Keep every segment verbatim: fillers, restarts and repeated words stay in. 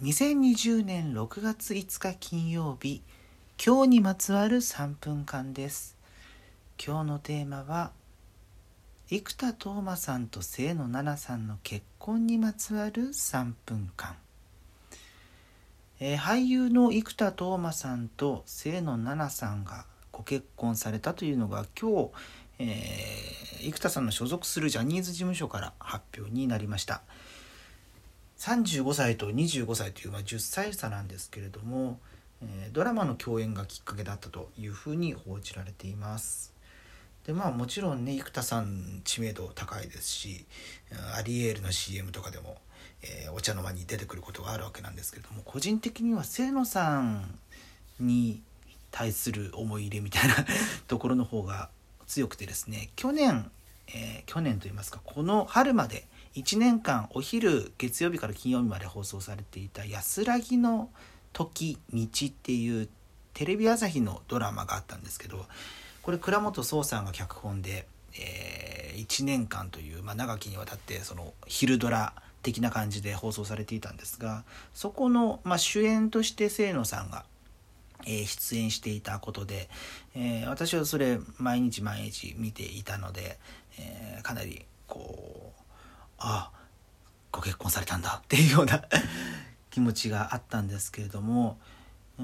にせんにじゅうねんろくがついつか金曜日、今日にまつわるさんぷんかんです。今日のテーマは生田斗真さんと清野菜名さんの結婚にまつわるさんぷんかん。えー、俳優の生田斗真さんと清野菜名さんがご結婚されたというのが今日、えー、生田さんの所属するジャニーズ事務所から発表になりました。さんじゅうごさいとにじゅうごさいという、まあ、じゅっさい差なんですけれども、えー、ドラマの共演がきっかけだったというふうに報じられています。でまあもちろんね、生田さん知名度高いですし、アリエールの シーエム とかでも、えー、お茶の間に出てくることがあるわけなんですけれども、個人的には清野さんに対する思い入れみたいなところの方が強くてですね、去年、えー、去年といいますか、この春までいちねんかんお昼月曜日から金曜日まで放送されていた安らぎの時道っていうテレビ朝日のドラマがあったんですけど、これ倉本壮さんが脚本で、えー、いちねんかんという、まあ、長きにわたってその昼ドラ的な感じで放送されていたんですが、そこの、まあ、主演として清野さんが、えー、出演していたことで、えー、私はそれ毎日毎日見ていたので、えー、かなりこうあご結婚されたんだっていうような気持ちがあったんですけれども、うん、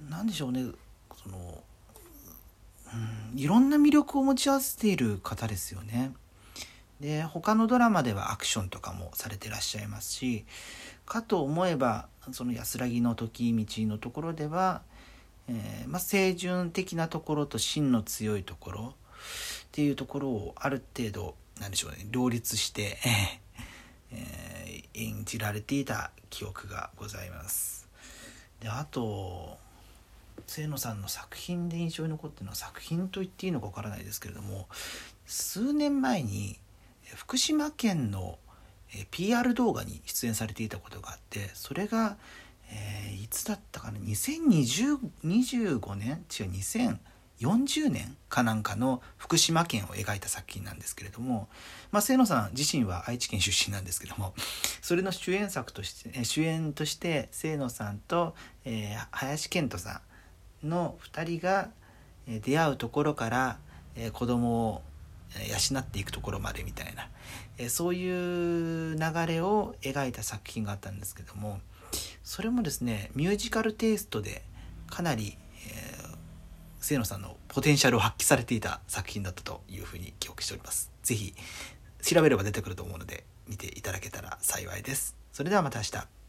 なんでしょうね、その、うん、いろんな魅力を持ち合わせている方ですよね。で他のドラマではアクションとかもされてらっしゃいますし、かと思えばその安らぎの時道のところでは、えーまあ、清純的なところと芯の強いところっていうところをある程度なんでしょうね、両立してえー、演じられていた記憶がございます。であと清野さんの作品で印象に残っているのは、作品と言っていいのかわからないですけれども、数年前に福島県の ピーアール 動画に出演されていたことがあって、それが、えー、いつだったかな、にせんにじゅうごねん違うにせんよんじゅうねんかなんかの福島県を描いた作品なんですけれども、まあ、清野さん自身は愛知県出身なんですけども、それの主演作として主演として清野さんと、えー、林遣都さんのふたりが出会うところから、えー、子供を養っていくところまでみたいな、えー、そういう流れを描いた作品があったんですけども、それもですねミュージカルテイストでかなり、えー清野さんのポテンシャルを発揮されていた作品だったというふうに記憶しております。ぜひ調べれば出てくると思うので見ていただけたら幸いです。それではまた明日。